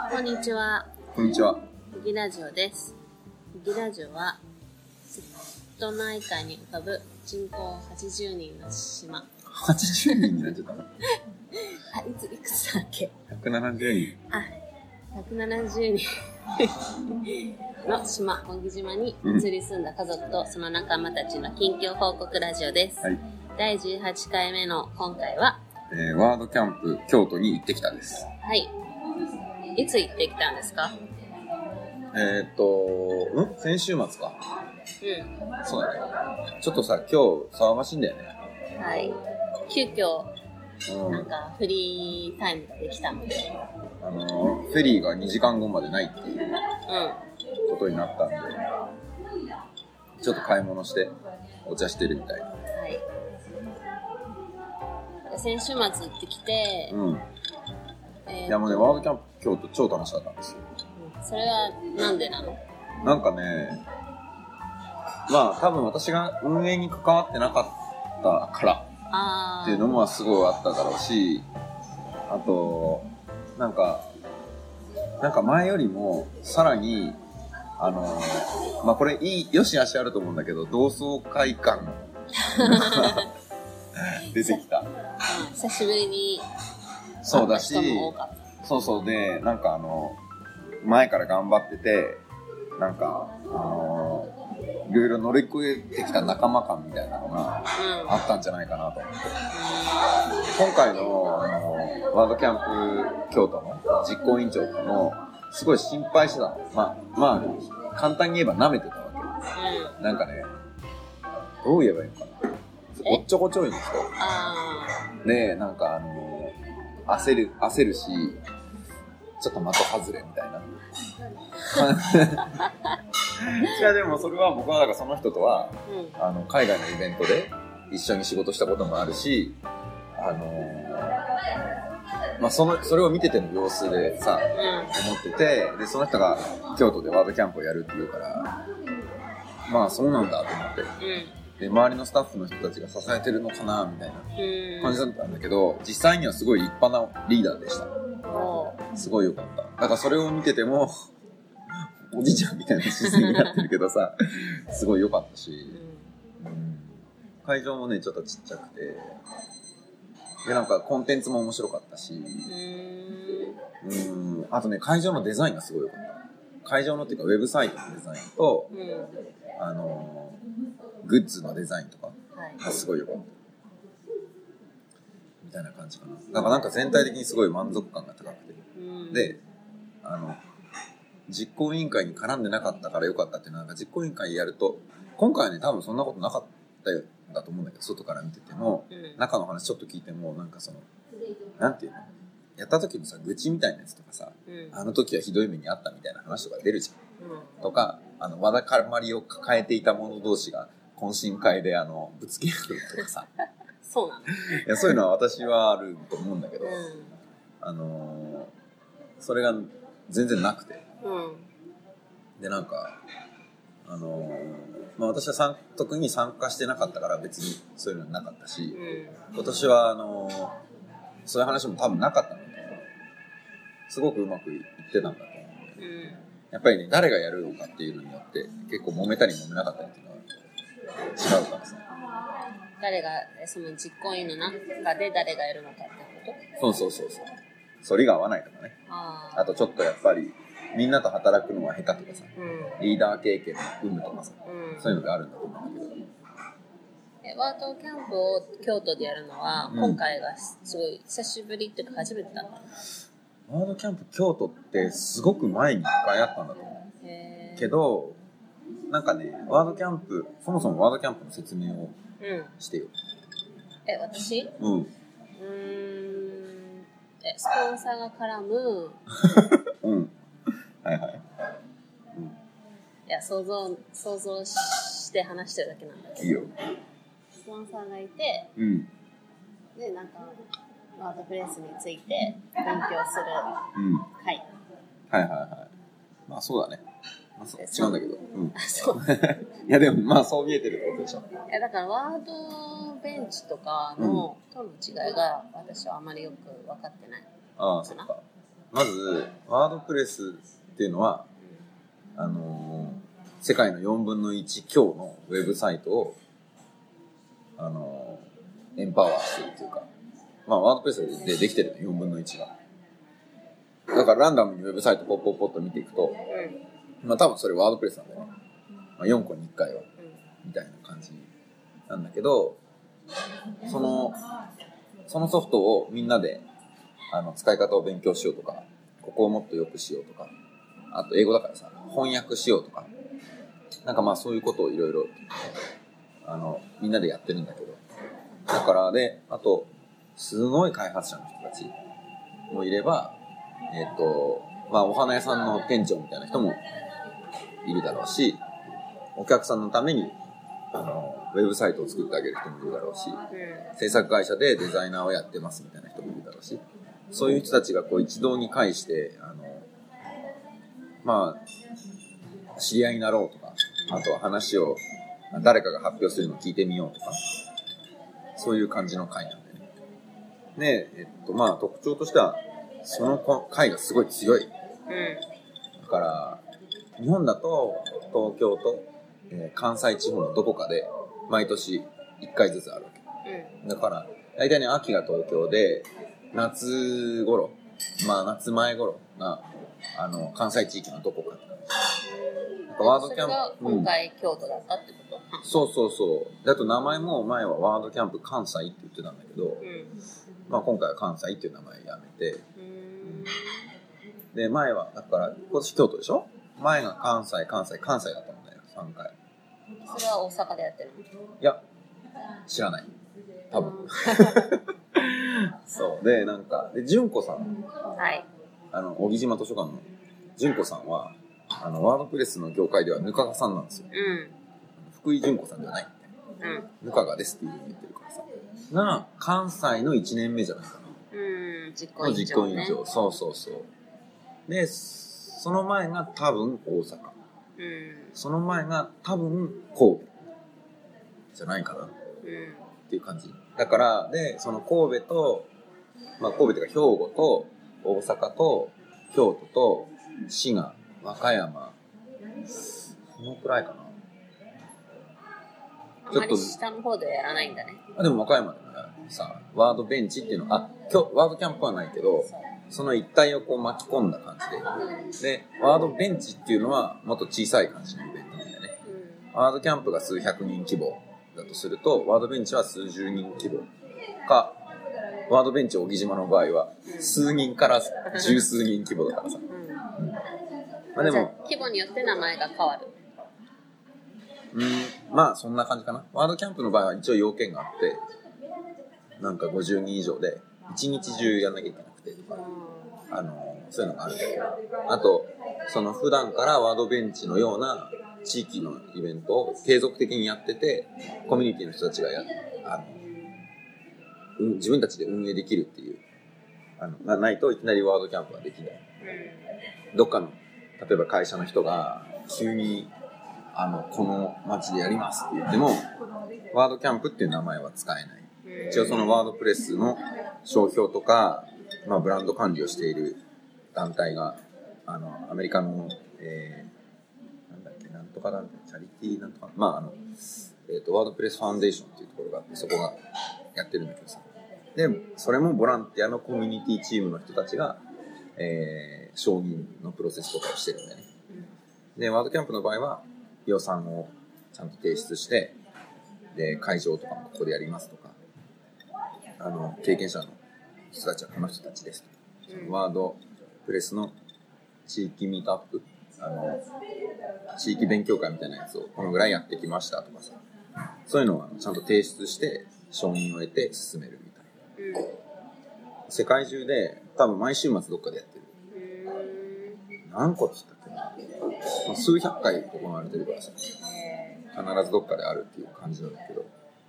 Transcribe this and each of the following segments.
こんにちは。 こんにちは。 ギラジオです。ギラジオは瀬戸内海に浮かぶ人口80人の島。 80人になっちゃったのいくつだっけ ？170人。 170人の島、小木島に移り住んだ家族とその仲間たちの近況報告ラジオです。 はい。 第18回目の今回は、 ワードキャンプ京都に行ってきたです。 はい。いつ行ってきたんですか？ 先週末か。 うん。 そうだね。ちょっとさ、今日騒がしいんだよね。 はい。急遽、なんかフリータイムができたので。 フェリーが2時間後までないっていうことになったんで、ちょっと買い物してお茶してるみたいな。 はい。先週末行ってきて、 いやもうね、ワードキャンプ京都超楽しかったんですよ。 それはなんでなの？ なんかね、まあ多分私が運営に関わってなかったからっていうのもすごいあっただろうし、あとなんか前よりもさらにまあこれよしあしあると思うんだけど、同窓会感出てきた。 久しぶりにそうだし、そうで、なんか前から頑張ってて、なんかいろいろ乗り越えてきた仲間感みたいなのがあったんじゃないかなと思って、今回のワードキャンプ京都の実行委員長ともすごい心配してたの。まあ簡単に言えば舐めてたわけ。なんかね、どう言えばいいのかな、おっちょこちょいの人で、なんか焦るし、ちょっと的外れみたいな。いやでもそれは僕はだからその人とは、海外のイベントで一緒に仕事したこともあるし、まあそれを見てての様子でさ、思ってて、でその人が京都でワードキャンプをやるっていうから、まあそうなんだと思って、で周りのスタッフの人たちが支えてるのかなみたいな感じだったんだけど、実際にはすごい立派なリーダーでした。すごい良かった。だからそれを見ててもおじちゃんみたいな姿勢になってるけどさ、すごい良かったし、会場もねちょっとちっちゃくて、でなんかコンテンツも面白かったし、あとね会場のデザインがすごい良かった。会場のっていうかウェブサイトのデザインと、グッズのデザインとかがすごい良かった。みたいな感じかな。なんか全体的にすごい満足感が高くて、で実行委員会に絡んでなかったから良かったっていうのは、なんか実行委員会やると、今回はね多分そんなことなかったんだと思うんだけど、外から見てても、中の話ちょっと聞いても、なんかそのなんていうの、やった時のさ愚痴みたいなやつとかさ、あの時はひどい目にあったみたいな話とか出るじゃん、とかわだかまりを抱えていた者同士が懇親会でぶつけ合うとかさそうなの？ いやそういうのは私はあると思うんだけど、それが全然なくて、でなんかまあ、私は特に参加してなかったから別にそういうのなかったし、今年はそういう話も多分なかったので、すごくうまくいってたんだと思うので、やっぱりね誰がやるのかっていうのによって結構揉めたり揉めなかったりっていうのは違うからさ。 誰がその実行委員の中で誰がやるのかってこと？ そう反りが合わないとかね、あとちょっとやっぱりみんなと働くのは下手とかさ、リーダー経験の有無とかさ、そういうのがあるんだと思うんだけど、 ワードキャンプを京都でやるのは、今回がすごい久しぶりっていうか初めてだったの？ ワードキャンプ京都ってすごく前に一回あったんだと思うけど、なんかねワードキャンプ、そもそもワードキャンプの説明をしてよ。 私？スポンサーが絡むはいはい、 いや想像して話してるだけなんだけど、 いいよ。 スポンサーがいて、でなんかワードプレスについて勉強する会、 まあそうだね、まあ、違うんだけど、 そういやでもまあそう見えてるってことでしょ。 いやだからワードベンチとかのとの違いが私はあまりよく分かってない。 ああそっか。 まずワードプレスっていうのは、世界の4分の1強のウェブサイトを、エンパワーしてるっていうか、まあワードプレスでできてるの4分の1が。だからランダムにウェブサイトポッポッポッと見ていくと、まあ多分それワードプレスなんだよね。まあ、4個に1回は、みたいな感じなんだけど、そのソフトをみんなで使い方を勉強しようとか、ここをもっと良くしようとか、あと英語だからさ、翻訳しようとか、なんかまあそういうことをいろいろみんなでやってるんだけど、だからで、あとすごい開発者の人たちもいれば、まあお花屋さんの店長みたいな人もいるだろうし、お客さんのためにウェブサイトを作ってあげる人もいるだろうし、制作会社でデザイナーをやってますみたいな人もいるだろうし、そういう人たちがこう一堂に会してまあ知り合いになろうとか、あとは話を誰かが発表するのを聞いてみようとか、そういう感じの会なんだよね。で、まあ特徴としてはその会がすごい強い。だから日本だと東京と、関西地方のどこかで毎年1回ずつあるわけ。だから大体ね、秋が東京で夏頃、まあ夏前頃が関西地域のどこか。なんかワードキャンプ。 それが今回京都だったってこと？ そうそうそう。あと名前も前はワードキャンプ関西って言ってたんだけど、まあ今回は関西っていう名前やめて、で前はだから今年京都でしょ？前が関西だったんだよ、3回。 それは大阪でやってるの？ いや、知らない。多分。そう。で、なんか、純子さん。 はい。 小木島図書館の純子さんは、ワードプレスの業界ではぬかがさんなんですよ。福井純子さんではない。ぬかがですっていう風に言ってるからさ。が、関西の1年目じゃないかな。 実行委員長。 そうそうそう。で、その前が多分大阪。その前が多分神戸。じゃないかな。っていう感じ。だから、で、その神戸と、まあ神戸というか兵庫と大阪と京都と滋賀、和歌山、そのくらいかな。 あまり下の方ではやらないんだね。 でも和歌山でもさ、ワードベンチっていうの、ワードキャンプはないけど、その一体をこう巻き込んだ感じで、で、ワードベンチっていうのはもっと小さい感じのイベントなんだよね。ワードキャンプが数百人規模だとすると、ワードベンチは数十人規模か、ワードベンチ小木島の場合は数人から十数人規模だからさ。まあでも規模によって名前が変わる。 まあそんな感じかな。ワードキャンプの場合は一応要件があって、なんか50人以上で一日中やんなきゃいけなくてとか、そういうのがあるんだけど、あとその普段からワードベンチのような地域のイベントを継続的にやってて、コミュニティの人たちが自分たちで運営できるっていうがないといきなりワードキャンプはできない。どっかの例えば会社の人が急にこの街でやりますって言ってもワードキャンプっていう名前は使えない。一応そのワードプレスの商標とか、まあ、ブランド管理をしている団体がアメリカの、なんだっけ、なんとか団体、チャリティーなんとか、まあワードプレスファンデーションっていうところがあって、そこがやってるんだけどさ。で、それもボランティアのコミュニティチームの人たちが、承認のプロセスとかをしてるんだよね。で、ワードキャンプの場合は予算をちゃんと提出して、で、会場とかもここでやりますとか、経験者の人たちはこの人たちですと。ワードプレスの地域ミートアップ、地域勉強会みたいなやつをこのぐらいやってきましたとかさ、そういうのをちゃんと提出して承認を得て進めるみたいな。世界中で多分毎週末どっかでやってる。何個って言ったっけな、数百回行われてるからさ、必ずどっかであるっていう感じなんだけど、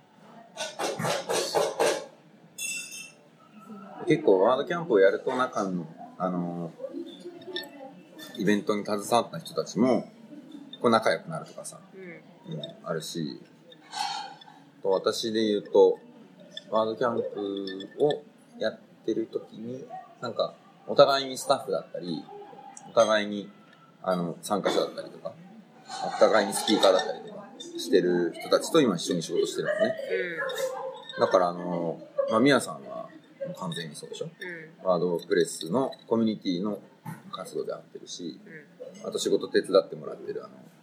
結構ワードキャンプをやると中のイベントに携わった人たちもこう仲良くなるとかさ、あるし、と私で言うとワードキャンプをやってる時になんかお互いにスタッフだったり、お互いに参加者だったりとか、お互いにスピーカーだったりとかしてる人たちと今一緒に仕事してるのね。だからミヤさんは完全にそうでしょ。ワードプレスのコミュニティの活動で会ってるし、あと仕事手伝ってもらってる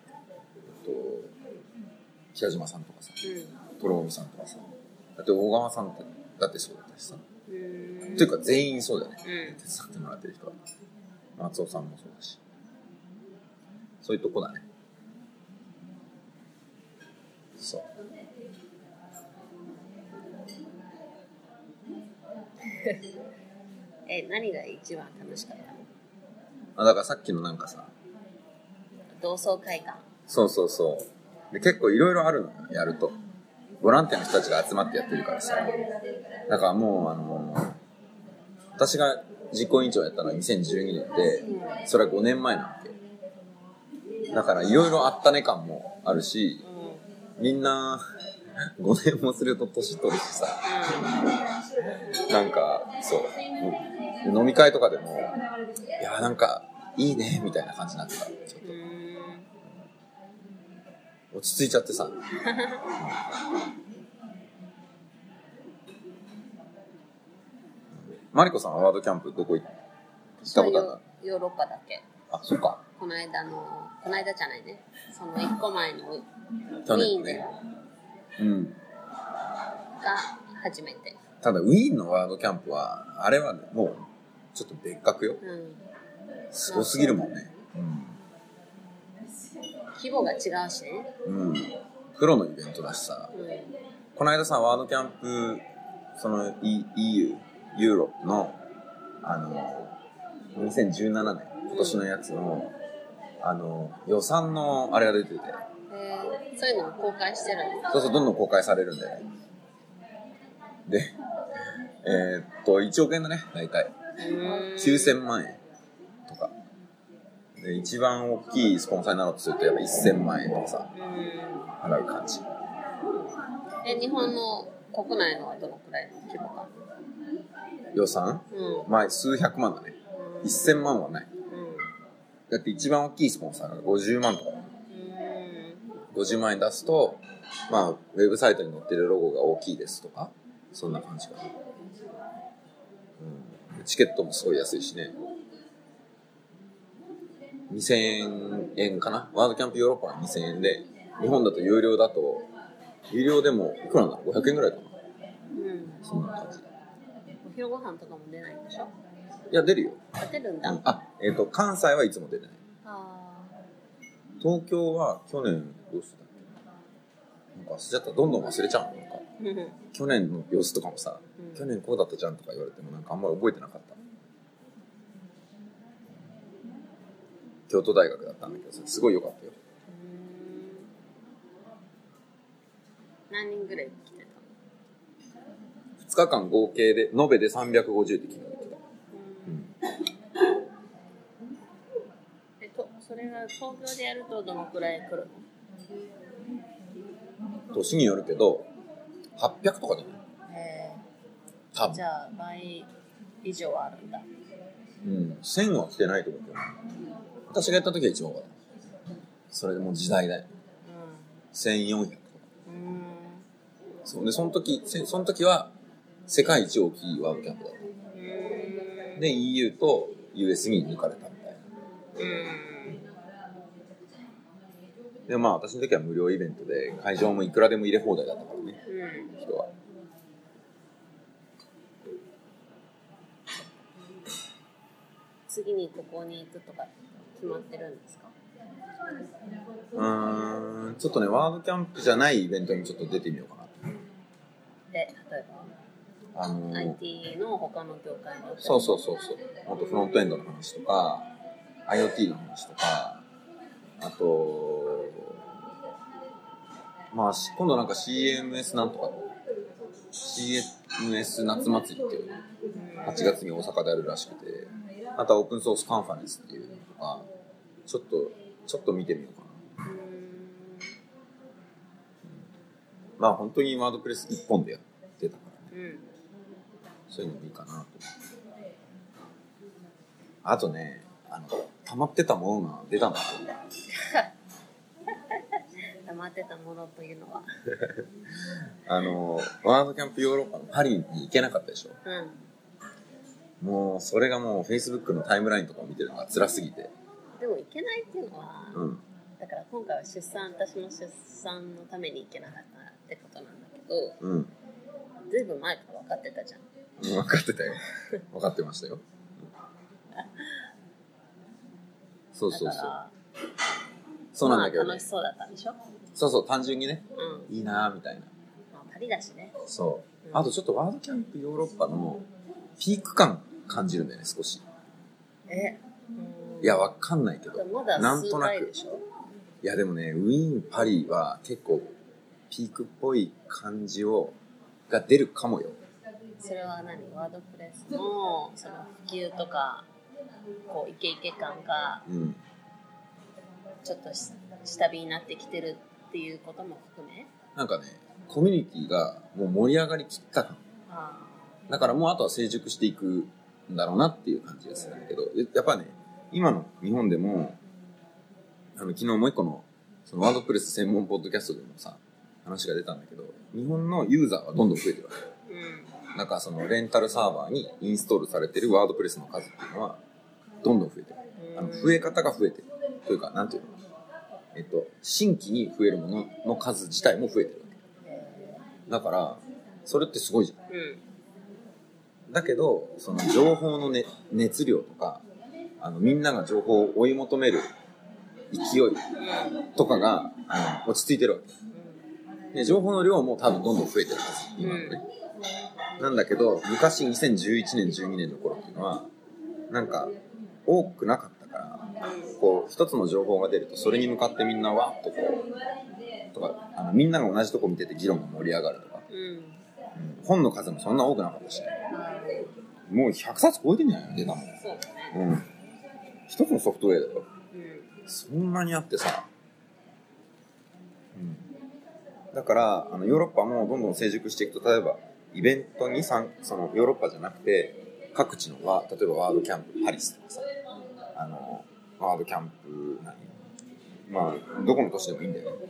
北島さんとかさ、トロモミさんとかさ、だって大川さんってだってそうだったしさ。というか全員そうだよね。手伝ってもらってる人は。松尾さんもそうだし。そういうとこだね。そう。 何が一番楽しかったの？ だからさっきのなんかさ、 同窓会館。 そうそうそう。で結構いろいろあるのよ、やると。ボランティアの人たちが集まってやってるからさ。だからもう私が実行委員長やったのは2012年で、それは5年前なわけ。だからいろいろあったね感もあるし、みんな5年もすると年取るしさ、なんかそう飲み会とかでもいやなんかいいねみたいな感じになってた。ちょっと落ち着いちゃってさ。マリコさんはワードキャンプどこ行ったことあるの？ ヨーロッパだけ。 あ、そうか。 この間じゃないね。その1個前のウ去ィーンで、 年ね。 が初めて。 ただウィーンのワードキャンプはあれはもうちょっと別格よ。すごすぎるもんね。 規模が違うしね。 プロのイベントだしさ。この間さワードキャンプその EU ユーロの2017年今年のやつの予算のあれが出てて、 そういうのも公開してるの？ そうそうどんどん公開されるんだよね。で1億円だね大体9000万円とかで一番大きいスポンサーになろうとするとやっぱ1000万円とかさ払う感じ。 日本の国内のはどのくらいの規模か？ 予算、数百万だね。1000万はない。だって一番大きいスポンサーが50万とか。50万円出すと、ウェブサイトに載ってるロゴが大きいですとか、そんな感じかな。チケットもすごい安いしね。2000円かな。ワードキャンプヨーロッパは2000円で、日本だと有料でもいくらなの ?500 円ぐらいかな。そんな感じ。 お昼ご飯とかも出ないんでしょ？ いや、出るよ。 出るんだ。 関西はいつも出ない。東京は去年どうしたっけ？なんか忘れちゃった。どんどん忘れちゃうの。なんか去年の様子とかもさ、去年こうだったじゃんとか言われてもなんかあんまり覚えてなかった。京都大学だったんだけどさ、すごい良かったよ。 何人ぐらい来てた？2日間合計で延べで350って聞いてた。 それが東京でやるとどのくらい来るの？ 年によるけど800とかじゃない？多分。 じゃあ倍以上あるんだ。 1000は来てないと思うけど、私がやった時は一番多かった。それでもう時代だよ。1400とか。そうでその時は世界一大きいワードキャンプだった。で EU と US に抜かれたみたいな。で私の時は無料イベントで会場もいくらでも入れ放題だったからね、人は。 次にここに行くとか決まってるんですか？ ちょっとねワードキャンプじゃないイベントにちょっと出てみようかな。 で、例えばIT の他の業界のそうもっとフロントエンドの話とか IoT の話とか、あと今度なんか CMS なんとか CMS 夏祭りっていうの8月に大阪であるらしくて、あとはオープンソースカンファレンスっていうのとかちょっと見てみようかな。本当にワードプレス1本でやってたからね、そういうのもいいかなと思って。 あとね、溜まってたものが出たんだと思う。 溜まってたものというのはワードキャンプヨーロッパのパリに行けなかったでしょ。もうそれがもう Facebook のタイムラインとかを見てるのが辛すぎて。 でも行けないっていうのは、だから今回は私の出産のために行けなかったってことなんだけど、ずいぶん前から分かってたじゃん。 分かってたよ。分かってましたよ。そうそうそう。そうなんだけど、ね、 楽しそうだったんでしょ。 そうそう、単純にね、いいなみたいな。 パリだしね。 そう。あとちょっとワードキャンプヨーロッパのピーク感感じるんだよね、少し。いや、わかんないけど。 まだなんとなく。いや、でもね、ウィーン、パリは結構ピークっぽい感じが出るかもよ。 それは何？ワードプレスのその普及とか、こうイケイケ感が、ちょっと下火になってきてるっていうことも含め、 なんかね、コミュニティがもう盛り上がりきった感。だからもうあとは成熟していくんだろうなっていう感じがするんだけど、やっぱね、今の日本でも昨日もう一個のそのワードプレス専門ポッドキャストでもさ話が出たんだけど、日本のユーザーはどんどん増えてるわけ。なんかそのレンタルサーバーにインストールされてるワードプレスの数っていうのはどんどん増えてる。増え方が増えてるというか、なんていうの、新規に増えるものの数自体も増えてるわけだから、それってすごいじゃん。だけどその情報の、熱量とかみんなが情報を追い求める勢いとかが落ち着いてるわけで、情報の量も多分どんどん増えてるはず、今のね。なんだけど昔2011年12年の頃っていうのはなんか多くなかったから、こう一つの情報が出るとそれに向かってみんなわっとこうとかみんなが同じとこ見てて議論が盛り上がるとか、本の数もそんな多くなかったし、もう100冊超えてんじゃないの出たもん。一つのソフトウェアだよ。そんなにあってさ、だからヨーロッパもどんどん成熟していくと、例えばイベントにそのヨーロッパじゃなくて各地の例えばワードキャンプパリスとかさ、ワードキャンプまあどこの都市でもいいんだよね。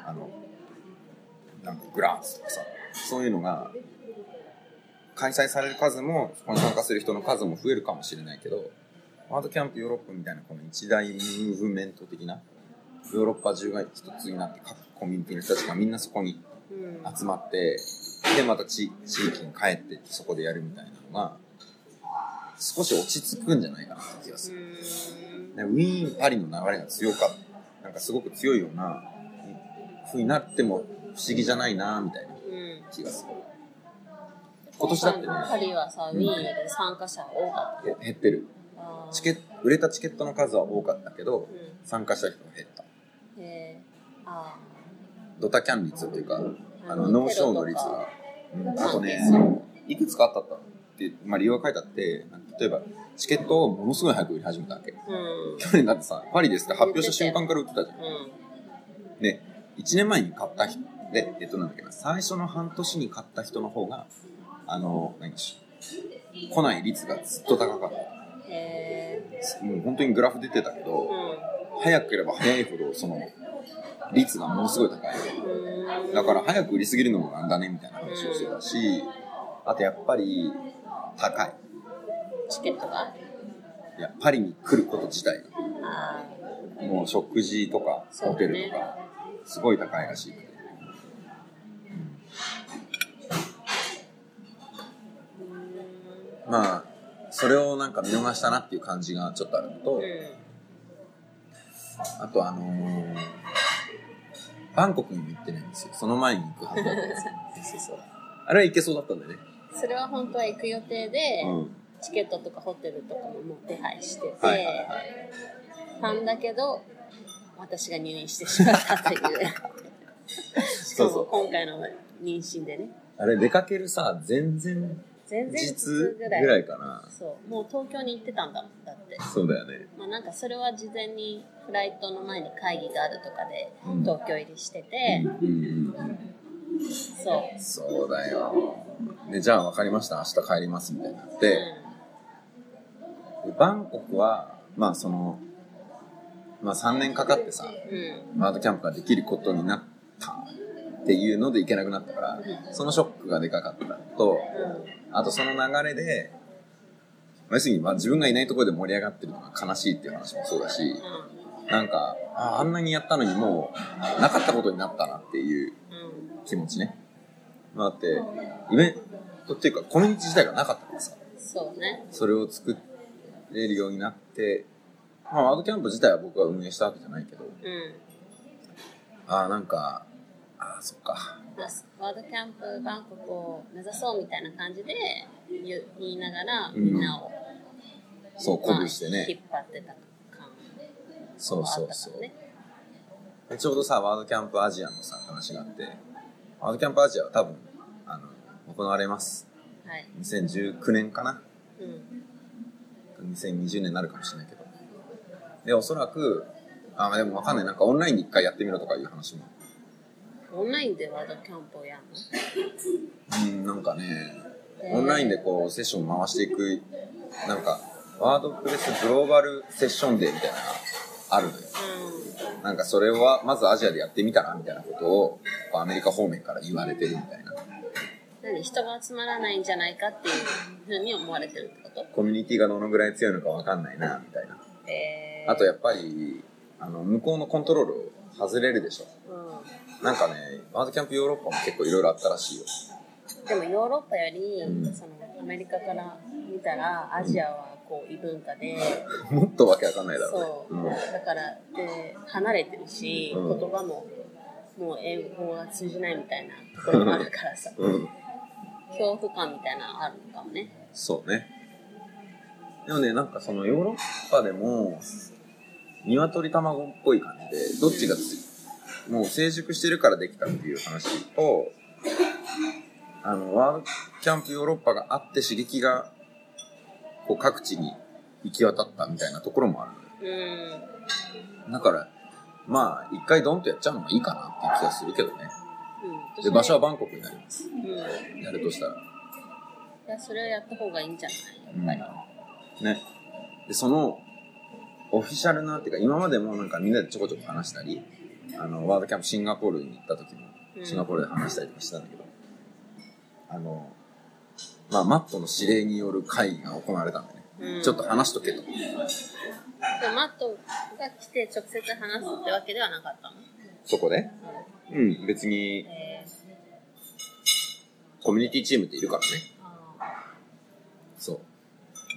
なんかグラーツとかさ、そういうのが開催される数も、そこに参加する人の数も増えるかもしれないけど、ワードキャンプヨーロッパみたいなこの一大ムーブメント的な、ヨーロッパ中が一つになって各コミュニティの人たちがみんなそこに集まって、でまた地域に帰ってそこでやるみたいなのが少し落ち着くんじゃないかなって気がする。ウィーンパリの流れが強かった、なんかすごく強いような風になっても不思議じゃないなみたいな気がする。今年だってね、 パリはさ、ウィーンより参加者が多かった。 減ってる。売れたチケットの数は多かったけど、参加した人が減った。ドタキャン率っていうか、ノーショーの率が、あとね、いくつかあったって、理由が書いてあって、例えばチケットをものすごい早く売り始めたわけ。去年だってさ、パリですって発表した瞬間から売ってたじゃん。で、1年前に買った人で、なんだっけな、最初の半年に買った人の方が、来ない率がずっと高かった。もう本当にグラフ出てたけど、早ければ早いほどその率がものすごい高い。だから早く売りすぎるのもなんだねみたいな話をしてたし、あとやっぱり高い。 チケットが？ いや、パリに来ること自体が。もう食事とかホテルとかすごい高いらしい。まあそれをなんか見逃したなっていう感じがちょっとあるのと、あとバンコクにも行ってないんですよ。その前に行くはずだったんですよ。あれは行けそうだったんだよね。 それは本当は行く予定で、チケットとかホテルとかももう手配してて、たんだけど私が入院してしまったというしかも今回の妊娠でね。 あれ出かけるさ、全然実ぐらいかな。 そう、もう東京に行ってたんだもん。だってそうだよね。 なんかそれは事前にフライトの前に会議があるとかで東京入りしてて、 そうだよ。でじゃあ分かりました、明日帰りますみたいになって、 バンコクは、まあ3年かかってさ、ワードキャンプができることになったっていうので行けなくなったから、そのショックがでかかったと、あとその流れで、要するに自分がいないところで盛り上がってるのが悲しいっていう話もそうだし、なんか、あんなにやったのにもうなかったことになったなっていう気持ちね。だって、イベントっていうかコミュニティ自体がなかったからさ。 そうね。それを作れるようになって、ワードキャンプ自体は僕は運営したわけじゃないけど、なんか、そっか。 ワードキャンプバンコクを目指そうみたいな感じで言いながら、みんなを、 そう鼓舞してね、 引っ張ってた感、 そうそうそう。ちょうどさ、ワードキャンプアジアのさ話があって、ワードキャンプアジアは多分行われます。はい。2019年かな。2020年になるかもしれないけど。で、おそらく、でもわかんない。なんかオンラインで一回やってみろとかいう話も。 オンラインでワードキャンプをやるの？なんかね、オンラインでこうセッション回していく、なんか、ワードプレスグローバルセッションデーみたいなのがあるのよ。なんかそれはまずアジアでやってみたらみたいなことをアメリカ方面から言われてるみたいな。 人が集まらないんじゃないかっていうふうに思われてるってこと？ コミュニティがどのぐらい強いのかわかんないなみたいな。あとやっぱり向こうのコントロールを外れるでしょ。なんかね、ワードキャンプヨーロッパも結構いろいろあったらしいよ。 でもヨーロッパより、アメリカから見たらアジアはこう異文化で、 もっとわけわかんないだろうね。 だからで離れてるし、言葉ももう英語が通じないみたいなところもあるからさ、恐怖感みたいなのあるのかもね。 そうね。でもね、なんかそのヨーロッパでも鶏卵っぽい感じで、どっちがもう成熟してるからできたっていう話と、ワードキャンプヨーロッパがあって刺激がこう各地に行き渡ったみたいなところもあるのよ。だからまあ一回ドンとやっちゃうのがいいかなっていう気がするけどね。で場所はバンコクになります。やるとしたら。 いや、それはやった方がいいんじゃないやっぱり。ね。でそのオフィシャルなっていうか今までもなんかみんなでちょこちょこ話したり、ワードキャンプシンガポールに行った時もシンガポールで話したりとかしたんだけど、マットの指令による会議が行われたんでね、ちょっと話しとけと。 でマットが来て直接話すってわけではなかったの？ そこで？別にコミュニティチームっているからね。そう。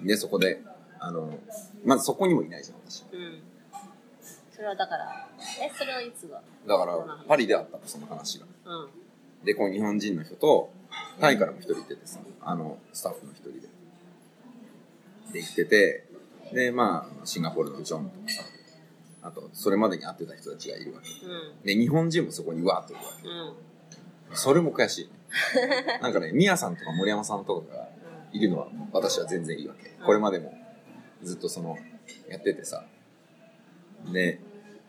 でそこでまずそこにもいないじゃん私。 それはだからそれはいつが？だからパリであったのその話が。でこう日本人の人とタイからも一人いててさ、スタッフの一人で行ってて、でシンガポールのジョンとかさ、あとそれまでに会ってた人たちがいるわけ、で日本人もそこにわーっといるわけ、それも悔しいね。なんかね、ミヤさんとか森山さんとかがいるのは私は全然いいわけ、これまでもずっとやっててさ、で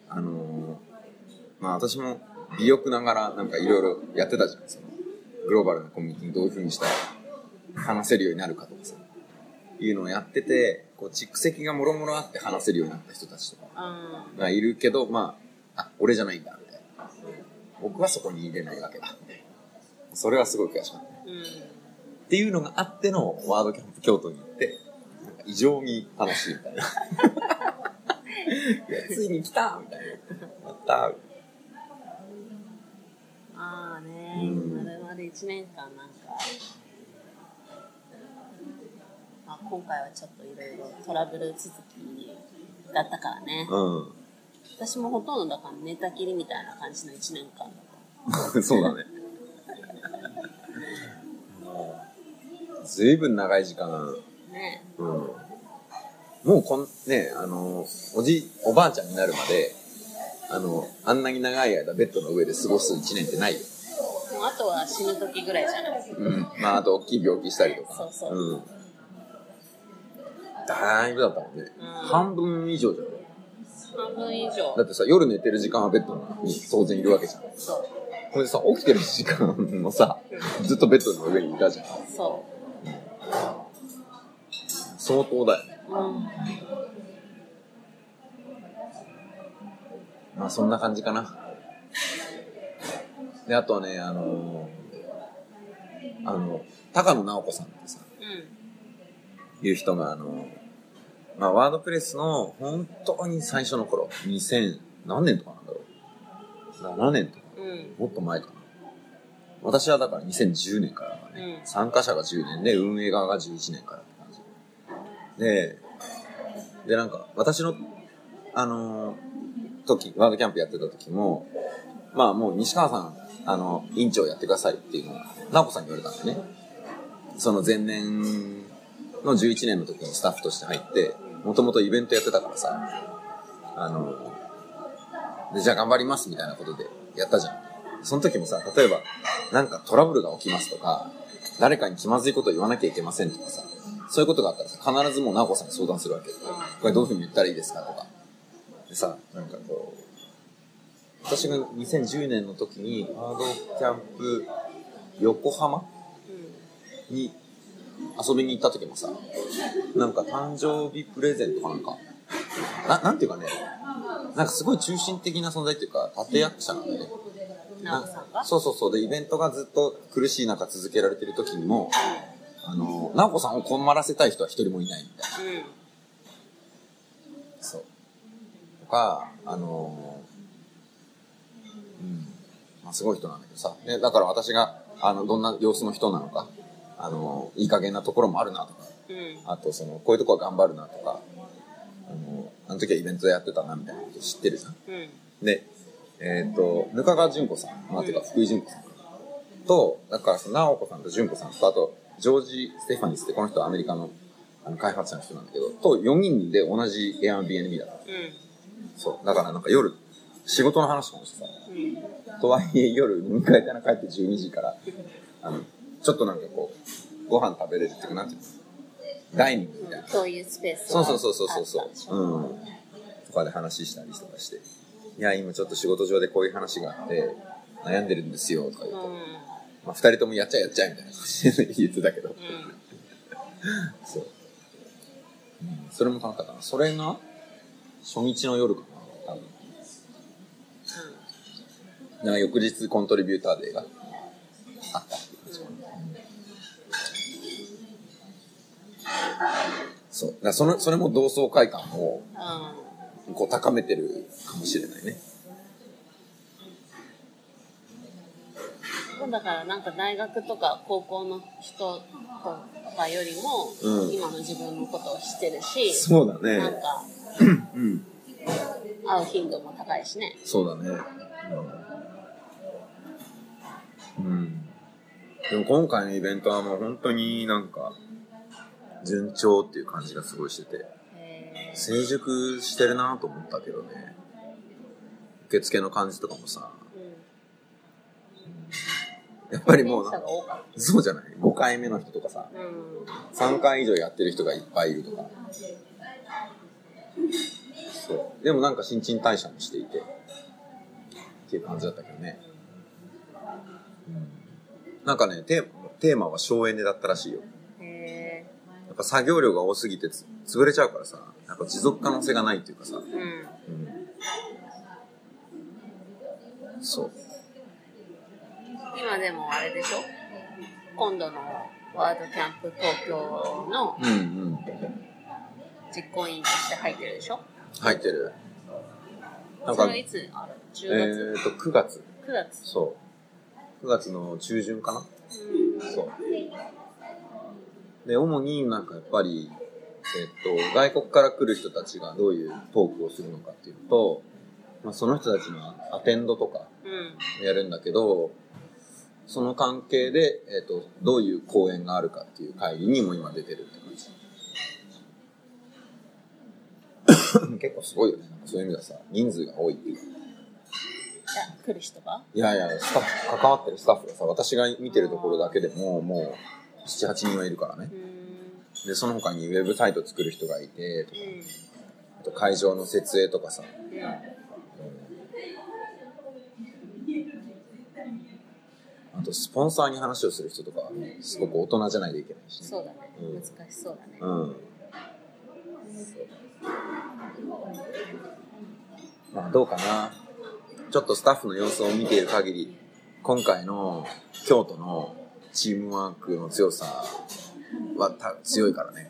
私も微力ながらなんかいろいろやってたじゃん。グローバルなコミュニティにどういう風にしたら話せるようになるかとかさ、いうのをやってて、こう蓄積がもろもろあって話せるようになった人たちとかがいるけど、俺じゃないんだみたいな、僕はそこに入れないわけだ、それはすごい悔しかった、っていうのがあってのワードキャンプ京都に行って、なんか異常に楽しいみたいな。いやついに来たみたいな、やった丸々1年間なんか、今回はちょっといろいろトラブル続きだったからね、私もほとんどだから寝たきりみたいな感じの1年間だった。 そうだね。ずいぶん長い時間ね、もうおばあちゃんになるまであんなに長い間ベッドの上で過ごす1年ってないよ。 もうあとは死ぬ時ぐらいじゃない？ あと大きい病気したりとか。だいぶだったもんね。半分以上じゃない？ 半分以上。 だってさ、夜寝てる時間はベッドに当然いるわけじゃん。そう。これでさ、起きてる時間もさ、ずっとベッドの上にいたじゃん。 そう。 相当だよね。まあそんな感じかな。で、あとはね、高野直子さんってさ、いう人がまあワードプレスの本当に最初の頃、2000何年とかなんだろう。7年とか、もっと前かな。私はだから2010年からだね、参加者が10年で運営側が11年からって感じ。で、なんか私の、時、ワードキャンプやってた時も、まあもう西川さん、委員長やってくださいっていうのを、直子さんに言われたんでね。その前年の11年の時にスタッフとして入って、もともとイベントやってたからさ、で、じゃあ頑張りますみたいなことでやったじゃん。その時もさ、例えば、なんかトラブルが起きますとか、誰かに気まずいことを言わなきゃいけませんとかさ、そういうことがあったらさ、必ずもう直子さんに相談するわけ。これどういうふうに言ったらいいですかとか。でさ、なんかこう、私が2010年の時にワードキャンプ横浜に遊びに行った時もさ、なんか誕生日プレゼントかなんていうかね、なんかすごい中心的な存在っていうか、立役者なんだよね。 直子さんが？ そうで、イベントがずっと苦しい中続けられてる時にも、直子さんを困らせたい人は一人もいないみたいな。そう。とか、まあ、すごい人なんだけどさ。で、だから私が、どんな様子の人なのか、いい加減なところもあるなとか、あと、こういうとこは頑張るなとか、あの時はイベントでやってたなみたいなこと知ってるじゃん。で、ぬかが純子さん、まあ、てか福井純子さんと、だから直子さんと純子さんと、あと、ジョージ・ステファニスって、この人はアメリカの開発者の人なんだけど、と4人で同じ Airbnb だった。そう。だからなんか夜、仕事の話もしてさ、とはいえ夜飲み会から帰って12時から、ちょっとなんかこう、ご飯食べれるっていうか、なんていうの、ダイニングみたいな。 そういうスペースそう。とかで話したりとかして、いや、今ちょっと仕事上でこういう話があって、悩んでるんですよ、とか言うと、まあ、2人ともやっちゃえみたいな感じで言ってたけど。そう。それも楽しかったな。それが、初日の夜かな、多分。なんか翌日コントリビューターデーがあったっていう感じかな。そう。だからそれも同窓会感を、こう高めてるかもしれないね。 だからなんか大学とか高校の人とかよりも、今の自分のことを知ってるし、 そうだね。 なんか、会う頻度も高いしね。 そうだね。でも今回のイベントはもう本当になんか順調っていう感じがすごいしてて、成熟してるなと思ったけどね。受付の感じとかもさ、やっぱりもうそうじゃない ?5 回目の人とかさ、3回以上やってる人がいっぱいいるとか。そう。でもなんか新陳代謝もしていてっていう感じだったけどね。なんかね、テーマは省エネだったらしいよ。やっぱ作業量が多すぎて潰れちゃうからさ、やっぱ持続可能性がないっていうかさ。そう。 今でもあれでしょ？今度のワードキャンプ東京の実行委員として入ってるでしょ？ 入ってる。 なんかそれはいつある？10月 ？9月。 9月。 そう。9月の中旬かな？そう。で、主になんかやっぱり、外国から来る人たちがどういうトークをするのかっていうと、まあ、その人たちのアテンドとかやるんだけど、その関係で、どういう講演があるかっていう会議にも今出てるって感じ。結構すごいよね。そういう意味ではさ、人数が多いっていうか。 来る人が？ いや、スタッフ、関わってるスタッフがさ、私が見てるところだけでも、もう、7、8人はいるからね。で、その他にウェブサイト作る人がいて、とか、あと会場の設営とかさ、あとスポンサーに話をする人とか、すごく大人じゃないといけないし、ね。 そうだね。難しそうだね。 まあどうかな。ちょっとスタッフの様子を見ている限り、今回の京都のチームワークの強さは強いからね。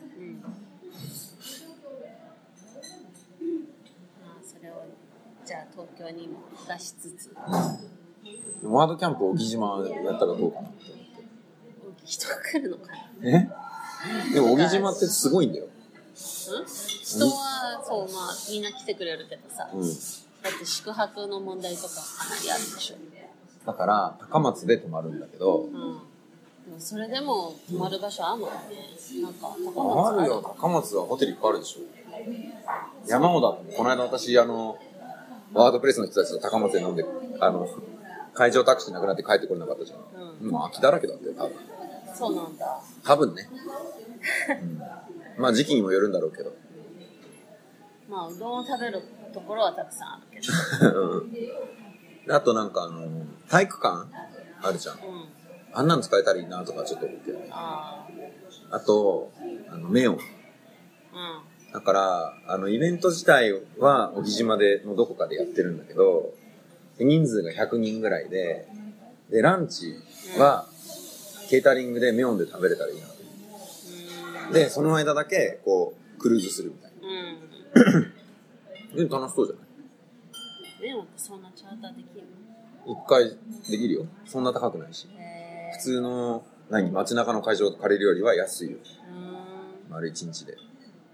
それをじゃあ東京にも出しつつ、 ワードキャンプ小木島やったらどうかなって思って。 人が来るのかな。 でも小木島ってすごいんだよ。 人はそう、まあみんな来てくれるけどさ、だって宿泊の問題とかかなりあるでしょ。 だから高松で泊まるんだけど、 でもそれでも泊まる場所あるのね。なんか高松あるよ。高松はホテルいっぱいあるでしょ。山尾だって、この間私ワードプレスの人たちと高松で飲んで、会場タクシーなくなって帰ってこれなかったじゃん。もう空きだらけだって多分。 そうなんだ。 多分ね。まあ時期にもよるんだろうけど。 まあうどんを食べるところはたくさんあるけど。あとなんか体育館あるじゃん。あんなの使えたらいいなとかちょっと思って。あとメオン。だからイベント自体は小木島のどこかでやってるんだけど、人数が100人ぐらいでランチはケータリングでメオンで食べれたらいいなと思う。でその間だけこうクルーズするみたいな。でも楽しそうじゃない？ メオンってそんなチャーターできるの？ 1 回できるよ。そんな高くないし。普通の街中の会場借りるよりは安いよ。丸1日で。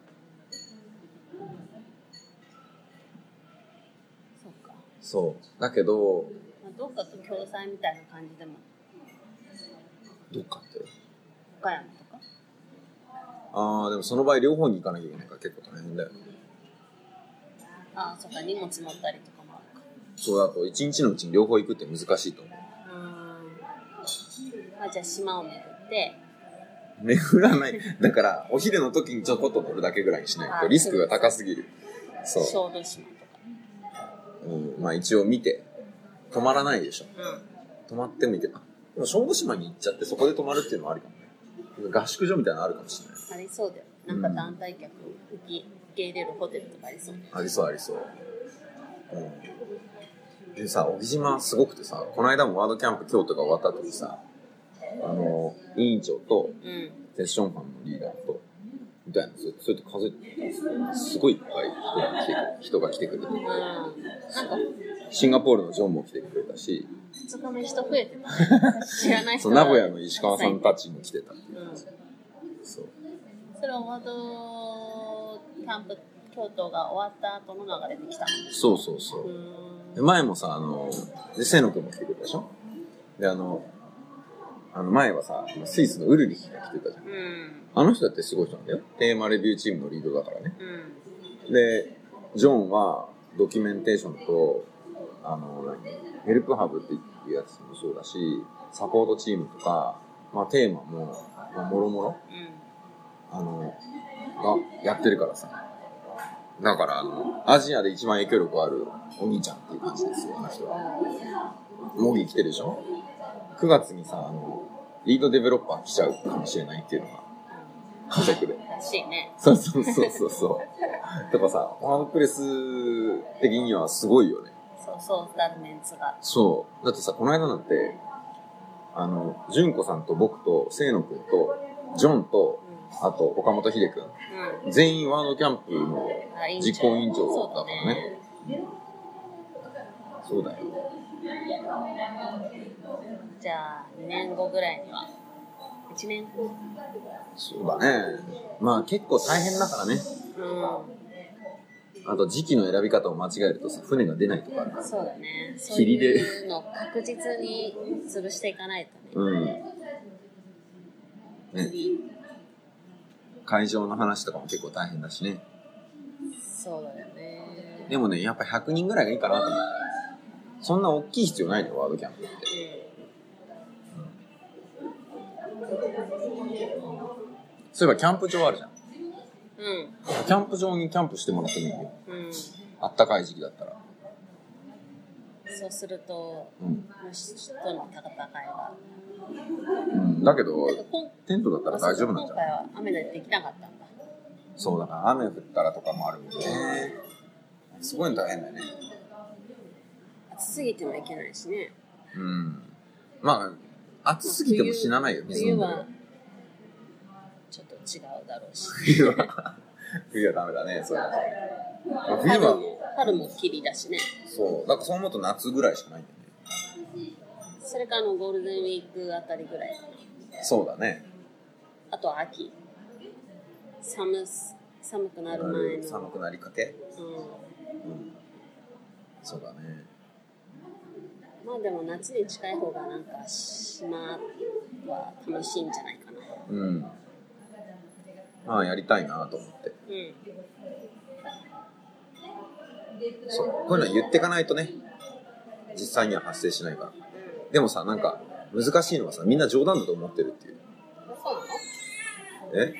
そうだけど、 どっかと共催みたいな感じでも。 どっかって岡山とか。 でもその場合両方に行かなきゃいけないから結構大変だよね。 そっか、荷物持ったりとかもあるか。 そうだと1日のうちに両方行くって難しいと思う。 じゃあ島を巡って巡らない。だからお昼の時にちょこっと乗るだけぐらいにしないとリスクが高すぎる。そう。 小豆島とか。 まあ一応見て泊まらないでしょ。泊まってもいいけど、でも小豆島に行っちゃってそこで泊まるっていうのもありかもね。合宿所みたいなのあるかもしれない。 ありそうだよ。なんか団体客受け入れるホテルとかありそう。 ありそうありそう。でさ、小木島すごくてさ、この間もワードキャンプ京都が終わった後にさ、委員長とセッション班のリーダーとみたいな、そうやって数えてすごいいっぱい人が来てくれて、シンガポールのジョンも来てくれたし、 2日目人増えてた。知らない人。 名古屋の石川さんたちも来てたっていう。 それはワードキャンプ京都が終わった後の流れで来た。 そうそうそう。で前もさ清野くんも来てくれたでしょ。で前はさスイスのウルリヒが来てたじゃん。あの人だってすごい人なんだよ。テーマレビューチームのリードだからね。でジョンはドキュメンテーションとヘルプハブっていうやつもそうだし、サポートチームとか、まあ、テーマも、もろもろがやってるからさ。だからアジアで一番影響力あるお兄ちゃんっていう感じですよ、あの人は。モギー来てるでしょ。9月にさリードデベロッパー来ちゃうかもしれないっていうのが家族で。 らしいね。 そう。とかさ、ワードプレス的にはすごいよね。 そうだるメンツが。 そう。だってさ、この間なんて純子さんと僕と清野くんとジョンと、あと岡本秀くん、全員ワードキャンプの実行委員長だからね。そうだよ。 じゃあ2年後ぐらいには1年後。 そうだね。まあ結構大変だからね。あと時期の選び方を間違えるとさ、船が出ないとかあるから。 そうだね。 霧で。 そういうのを確実に潰していかないとね。 ね。会場の話とかも結構大変だしね。 そうだよね。 でもね、やっぱ100人ぐらいがいいかなと思って。そんな大きい必要ないのよ、ワードキャンプって。そういえばキャンプ場あるじゃん。キャンプ場にキャンプしてもらってもいいよ。あったかい時期だったら。 そうすると、虫との戦いが。 だけどテントだったら大丈夫なんじゃない？ 今回は雨でできなかったんだ。 そうだから雨降ったらとかもあるもんね。すごいの大変だよね。 暑すぎてもいけないしね。 うん。まあ暑すぎても死なないよ。 冬はちょっと違うだろうし。 冬はダメだね。そうだね。冬は春も霧だしね。 そう。だからそう思うと夏ぐらいしかないんだよね。 それかゴールデンウィークあたりぐらいかな。 そうだね。 あと秋。寒くなる前の。 寒くなりかけ。 うん。 そうだね。 まあでも夏に近い方がなんか島は楽しいんじゃないかな。 うん。まあやりたいなと思って。 うん。 そう。こういうのは言っていかないとね、実際には発生しないから。でもさ、なんか難しいのはさ、みんな冗談だと思ってるっていう。 そうなの？ え？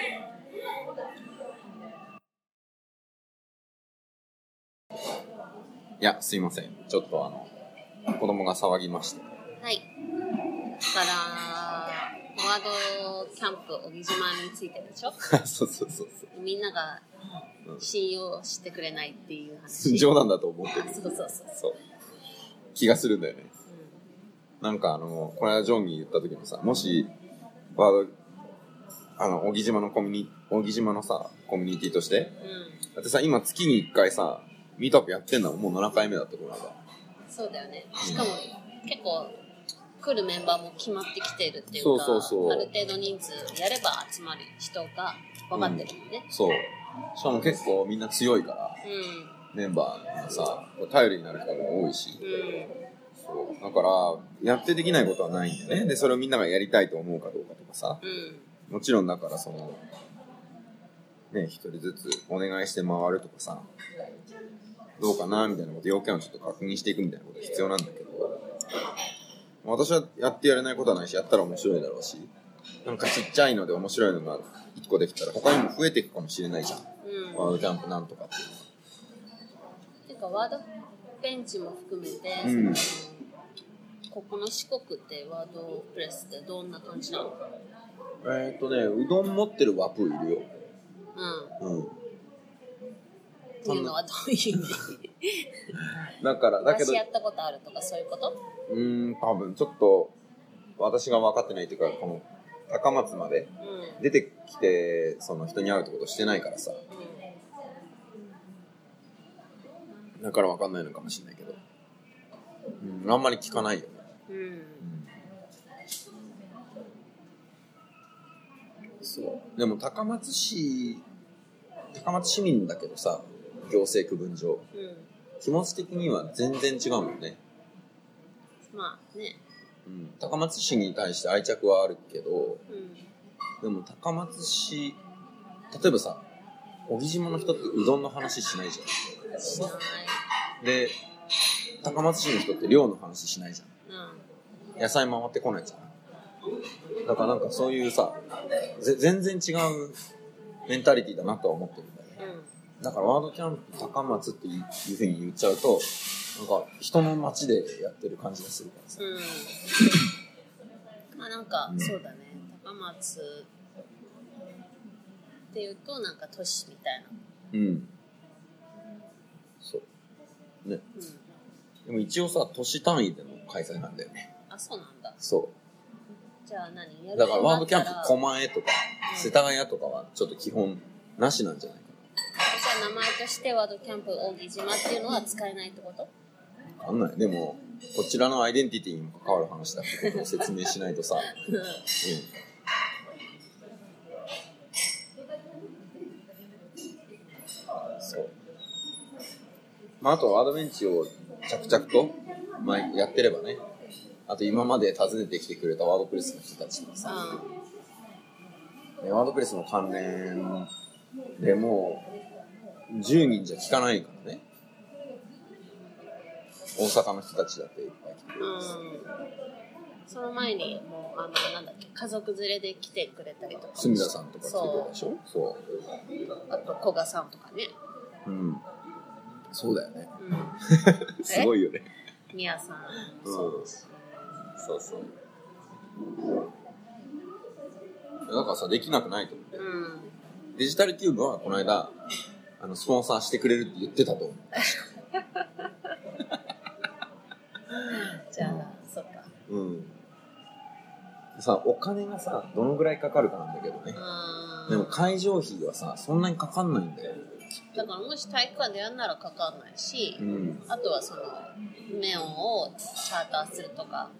いや、すいません。ちょっと子供が騒ぎまして。 はい。だからワードキャンプ小木島についてでしょ？ そう。 みんなが信用してくれないっていう話。 冗談だと思ってる。 そう。 気がするんだよね。なんかこれはジョンに言った時もさ、もしワード小木島のさコミュニティとして、だってさ今月に1回さミートアップやってんだもん。もう7回目だってこの間。 そうだよね。しかも結構来るメンバーも決まってきてるっていうか、 そうある程度人数やれば集まる人が分かってるもんね。 そう。しかも結構みんな強いから、メンバーがさ頼りになる人も多いし、そうだからやってできないことはないんだよね。でそれをみんながやりたいと思うかどうかとかさ、もちろんだから一人ずつお願いして回るとかさ、どうかなみたいなこと要件をちょっと確認していくみたいなことが必要なんだけど、私はやってやれないことはないし、やったら面白いだろうし、なんかちっちゃいので面白いのが1個できたら他にも増えていくかもしれないじゃん、ワードキャンプなんとかっていうのは。 てかワードベンチも含めて、ここの四国ってワードプレスってどんな感じなの？ うどん持ってるワプいるよ。 っていうのはどういう意味？ だけど私やったことあるとかそういうこと？ 多分ちょっと私が分かってないというか、この高松まで出てきてその人に会うってことしてないからさ、だから分かんないのかもしれないけど、あんまり聞かないよね。そうでも高松市民だけどさ、行政区分上、気持ち的には全然違うもんね。 まあね、 高松市に対して愛着はあるけど、でも高松市、例えばさ、小木島の人ってうどんの話しないじゃん。 しない。 で、高松市の人って漁の話しないじゃん。野菜回ってこないじゃん。だからなんかそういうさ、全然違うメンタリティだなとは思ってるんだよね。だからワードキャンプ高松っていう風に言っちゃうと、なんか人の街でやってる感じがするからさ。 まあなんか、そうだね。高松っていうとなんか都市みたいな。 そうね。でも一応さ、都市単位での開催なんだよね。 あ、そうなんだ。 そう。 じゃあ何やる？ だからワードキャンプ狛江とか世田谷とかはちょっと基本なしなんじゃないかな。 じゃあ名前としてワードキャンプ小木島っていうのは使えないってこと？ わかんない。でもこちらのアイデンティティにも関わる話だってことを説明しないとさ。そう。まああとワードベンチを着々と、やってればね。あと今まで訪ねてきてくれたワードプレスの人たちとかさ、ワードプレスの関連でもう10人じゃ聞かないからね。大阪の人たちだっていっぱい来てくれます。 その前にもうなんだっけ、家族連れで来てくれたりとか、 住田さんとか来てくれたでしょ。そう。 あと古賀さんとかね。 そうだよね。すごいよね。 宮さん、 そう。だからさ、できなくないと思う。 デジタルキューブはこの間、スポンサーしてくれるって言ってたと思う。 じゃあ、そっか。 うん。さ、お金がさ、どのぐらいかかるかなんだけどね。でも会場費はさ、そんなにかかんないんだよ。 だからもし体育館でやるならかかんないし、 うん、 あとはそのネオンをチャーターするとか、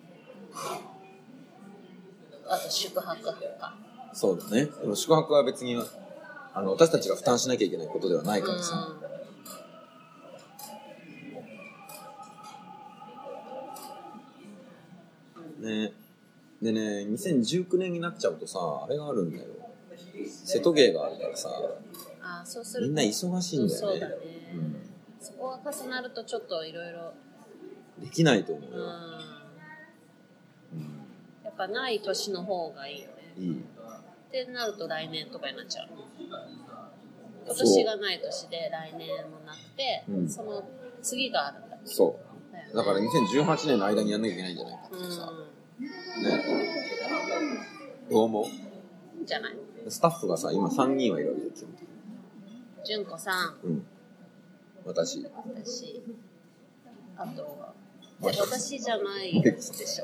あと宿泊とか。 そうだね。でも宿泊は別に私たちが負担しなきゃいけないことではないからさ。ね。でね、2019年になっちゃうとさ、あれがあるんだよ。瀬戸芸があるからさ。 あ、そうするとみんな忙しいんだよね。 そうだね。そこが重なるとちょっといろいろできないと思うよ。 やっぱない年の方がいいよね。 いい。 ってなると来年とかになっちゃう。今年がない年で来年もなくて、その次があるんだ。 そう。だから2018年の間にやんなきゃいけないんじゃないかってさ。ね。どう思う？ じゃない。 スタッフがさ、今3人はいるわけですよ。 純子さん。 私。 あとは。私じゃないでしょ。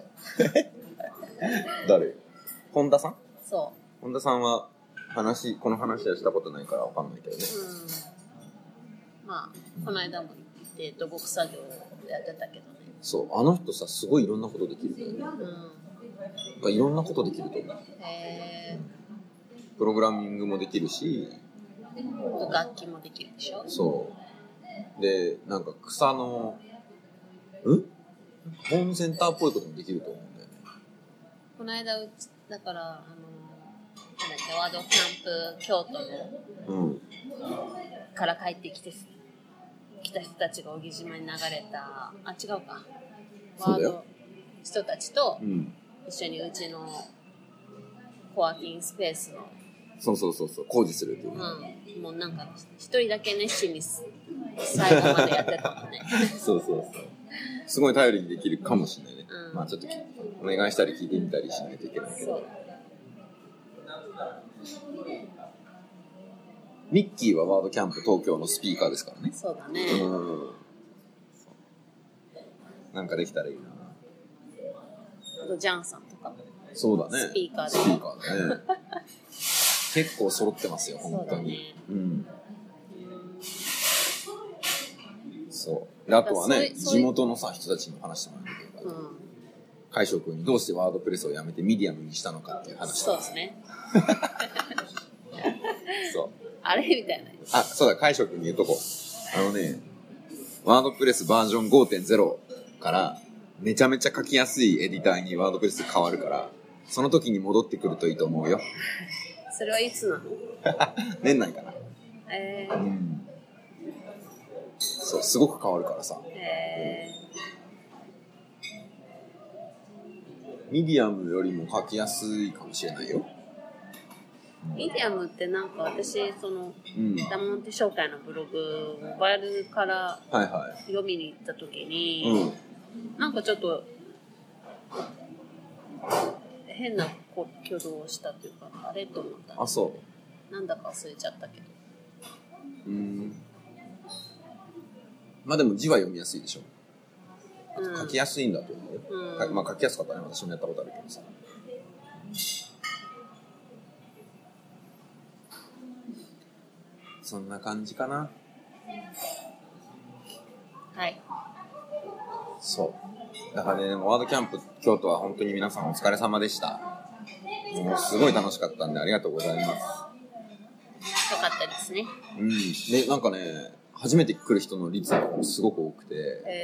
誰？本田さん？ そう。 本田さんはこの話はしたことないからわかんないけどね。 まあ、この間も行って土木作業をやってたけどね。 そう、あの人さ、すごいいろんなことできるんだよね。いろんなことできると思う。プログラミングもできるし、 楽器もできるでしょ。 そう。で、なんか草の、ホームセンターっぽいこともできると思うんだよね。この間だからワードキャンプ京都の、から帰ってきた人たちが小木島に流れた、違うか、ワード人たちと一緒にうちのコワーキングスペースのそう工事するっていう、 もうなんか一人だけ熱心に最後までやってたもんね。 そうすごい頼りにできるかもしれないね。まあちょっとお願いしたり聞いてみたりしないといけないけど。ミッキーはワードキャンプ東京のスピーカーですからね。 そうだね。 なんかできたらいいな。 あとジャンさんとか。 そうだね。 スピーカーね。結構揃ってますよ、本当に。そう。であとはね、地元のさ人たちに話してもらうんだけど、海翔君にどうしてワードプレスをやめてミディアムにしたのかっていう話。 そうですね。 そう。 あれみたいな。 そうだ、海翔君に言うとこ。ワードプレスバージョン 5.0 からめちゃめちゃ書きやすいエディターにワードプレス変わるから、その時に戻ってくるといいと思うよ。 それはいつなの？ 年内かな。そう、すごく変わるからさ。ミディアムよりも書きやすいかもしれないよ。 ミディアムってなんか私ダモンテ商会のブログモバイルから読みに行った時に、なんかちょっと変な挙動をしたというか、あれと思った。 そう。 なんだか忘れちゃったけど。 まあでも字は読みやすいでしょ。あと書きやすいんだと思うよ。まあ書きやすかったね。私もやったことあるけどさ。そんな感じかな。 はい。 そう。だからね、ワードキャンプ京都は本当に皆さんお疲れ様でした。もうすごい楽しかったんでありがとうございます。よかったですね。 で、なんかね、初めて来る人の率がすごく多くて。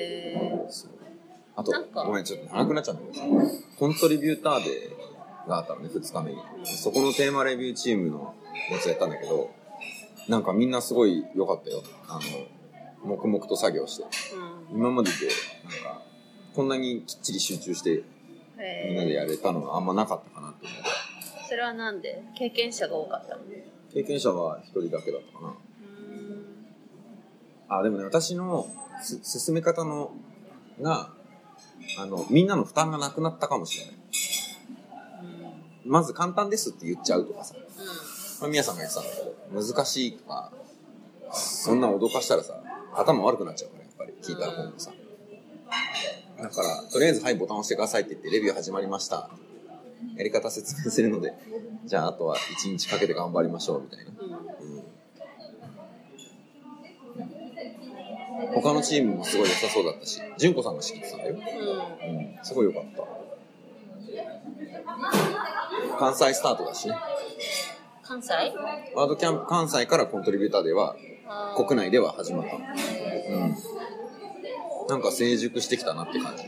あと、ごめん、ちょっと長くなっちゃうんだけどさ、コントリビューターデーがあったのね、2日目に。そこのテーマレビューチームのやつやったんだけど、なんかみんなすごい良かったよ。黙々と作業して。今までで、なんか、こんなにきっちり集中して、みんなでやれたのがあんまなかったかなって思う。 それはなんで？経験者が多かったの？ 経験者は1人だけだったかな。でもね、私の進め方が、みんなの負担がなくなったかもしれない。まず簡単ですって言っちゃうとかさ。 これ宮さんが言ってたんだけど、難しいとか、そんな脅かしたらさ、頭悪くなっちゃうから、やっぱり聞いたら今度さ。だから、とりあえず、はい、ボタン押してくださいって言って、レビュー始まりました。やり方説明するので、じゃあ、あとは1日かけて頑張りましょう、みたいな。他のチームもすごい良さそうだったし、純子さんが仕切ってたんだよ。すごい良かった。関西スタートだしね。 関西？ ワードキャンプ関西からコントリビューターでは、国内では始まった。なんか成熟してきたなって感じ。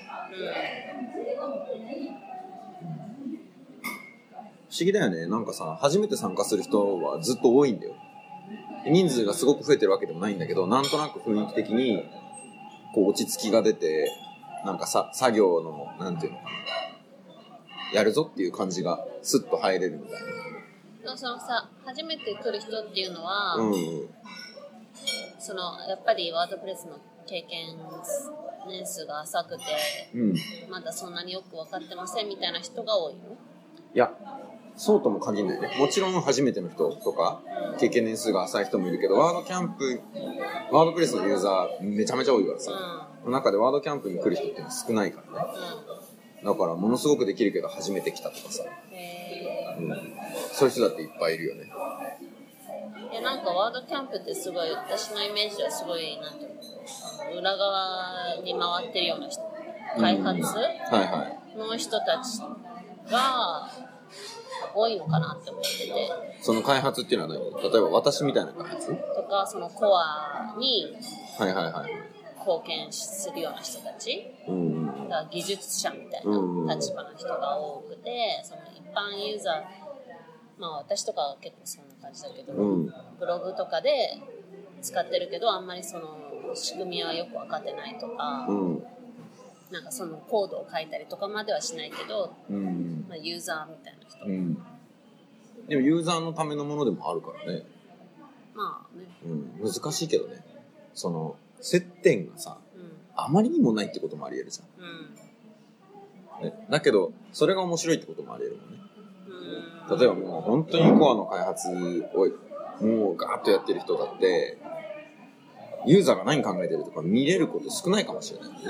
不思議だよね。なんかさ、初めて参加する人はずっと多いんだよ。人数がすごく増えてるわけでもないんだけど、なんとなく雰囲気的にこう落ち着きが出て、なんかさ、作業のなんていうのかな、やるぞっていう感じがスッと入れるみたいな。 そのさ、初めて来る人っていうのは、そのやっぱりワードプレスの経験年数が浅くて、まだそんなによく分かってませんみたいな人が多いの？ いや、そうとも限らないね。もちろん初めての人とか、経験年数が浅い人もいるけど、ワードプレスのユーザーめちゃめちゃ多いからさ、その中でワードキャンプに来る人って少ないからね。だからものすごくできるけど初めて来たとかさ、そういう人だっていっぱいいるよね。 なんかワードキャンプってすごい、私のイメージはすごい、なんていうの、裏側に回ってるような人、開発の人たちが多いのかなって思ってて。 その開発っていうのは何？例えば私みたいな開発？とか、そのコアに貢献するような人たち、だから技術者みたいな立場の人が多くて、その一般ユーザー、まあ私とかは結構そんな感じだけど、ブログとかで使ってるけど、あんまりその仕組みはよく分かってないとか、なんかそのコードを書いたりとかまではしないけど、まあ、ユーザーみたいな人、 でもユーザーのためのものでもあるからね。 まあね、 難しいけどね。その接点がさ、あまりにもないってこともあり得るじゃん、ね、だけどそれが面白いってこともあり得るもんね。例えばもう本当にコアの開発をもうガーッとやってる人だってユーザーが何考えてるとか見れること少ないかもしれないよね。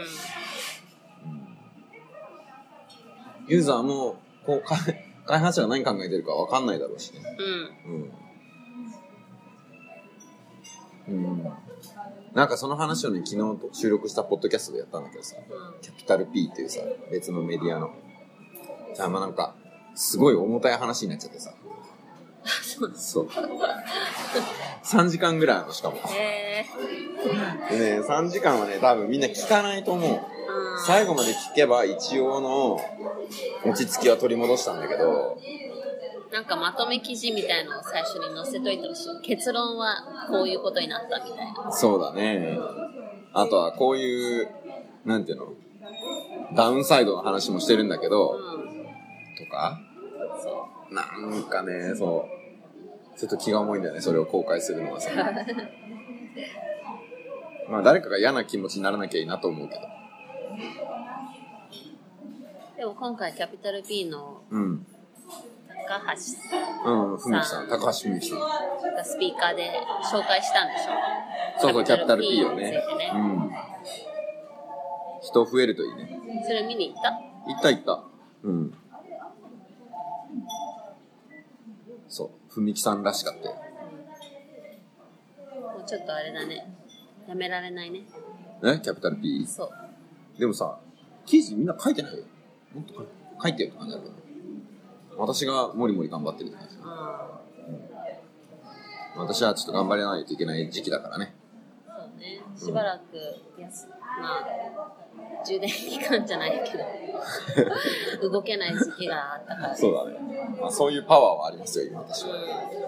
ユーザーもこう開発者が何考えてるか分かんないだろうしね。なんかその話をね、昨日収録したポッドキャストでやったんだけどさ、キャピタル P っていうさ、別のメディアの。じゃあまあなんか、すごい重たい話になっちゃってさ。そう。3時間ぐらいあるしかも。でね、3時間はね、多分みんな聞かないと思う。最後まで聞けば一応の落ち着きは取り戻したんだけど、 なんかまとめ記事みたいのを最初に載せといてほしい。結論はこういうことになったみたいな。 そうだね。あとはこういうなんていうの、ダウンサイドの話もしてるんだけど、とか、そうなんかね、そうちょっと気が重いんだよね、それを公開するのはさ。まあ誰かが嫌な気持ちにならなきゃいいなと思うけど。 でも今回キャピタル P の高橋さん、 高橋文樹さんがスピーカーで紹介したんでしょ。 そうそう、キャピタル P をね。人増えるといいね。 それ見に行った？ 行った。そう、文樹さんらしかったよ。 もうちょっとあれだね。やめられないね。 キャピタル P？ そう。 でもさ、記事みんな書いてないよ。もっと書いてよって感じだけど。私がもりもり頑張ってるって感じ。私はちょっと頑張らないといけない時期だからね。 そうね。しばらくまあ充電期間じゃないけど動けない時期があったから、ね。 そうだね。まあそういうパワーはありますよ今私は。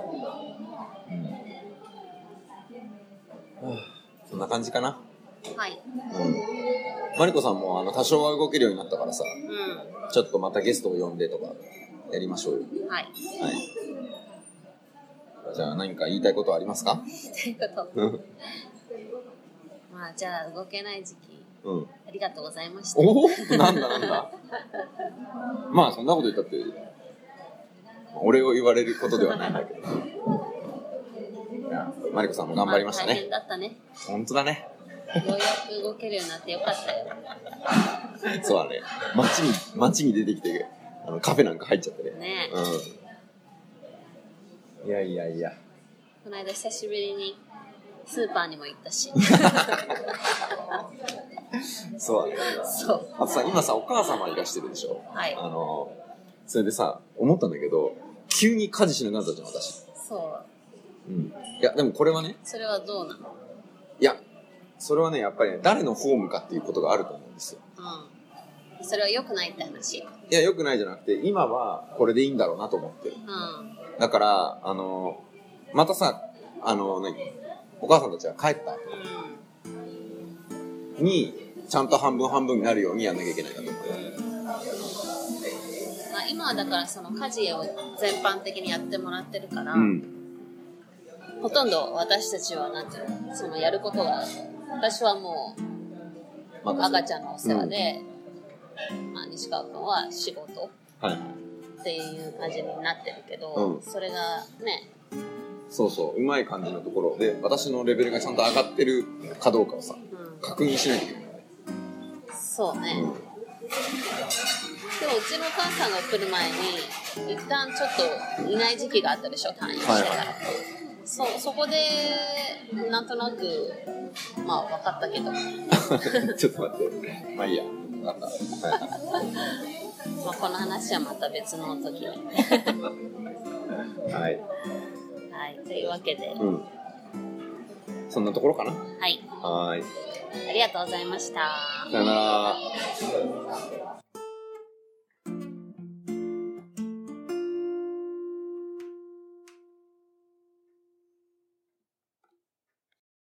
そんな感じかな。 はい。 マリコさんも多少は動けるようになったからさ、ちょっとまたゲストを呼んでとかやりましょうよ。 はい。 じゃあ何か言いたいことはありますか？ 言いたいこと。まあじゃあ動けない時期、ありがとうございました。 おお、なんだ。まあそんなこと言ったって俺を言われることではないんだけど。いやマリコさんも頑張りましたね。 大変だったね。 本当だね。 ようやく動けるようになってよかったよ。 そうだね。街に出てきて、カフェなんか入っちゃってね。 ねうん。いやいやいや。 この間久しぶりにスーパーにも行ったし。 そうだね。 そう。 あとさ、今さ、お母様いらしてるでしょ。 はい。 それでさ、思ったんだけど、急に家事しなくなったじゃん、私。 そう。 うん。いや、でもこれはね。 それはどうなの？ いや、それはね、やっぱりね、誰のホームかっていうことがあると思うんですよ。 うん。それは良くないって話。 いや、良くないじゃなくて、今はこれでいいんだろうなと思ってる。 うん。 だから、またさ、お母さんたちが帰った後に、ちゃんと半分半分になるようにやんなきゃいけないなと思って。 まあ、今はだからその家事を全般的にやってもらってるから、ほとんど私たちはなんていうの、そのやることが、私はもう赤ちゃんのお世話で、まあ、西川君は仕事っていう感じになってるけど、それがね、 そうそう、うまい感じのところで私のレベルがちゃんと上がってるかどうかをさ、確認しないといけない。 そうね。でもうちのお母さんが来る前に一旦ちょっといない時期があったでしょ、退院してから。そこでなんとなくまあ分かったけどちょっと待って、まあいいや、分かった。 まあこの話はまた別の時にはい、 はい、というわけで、 そんなところかな。 はい、 はい、 ありがとうございました。 さよなら。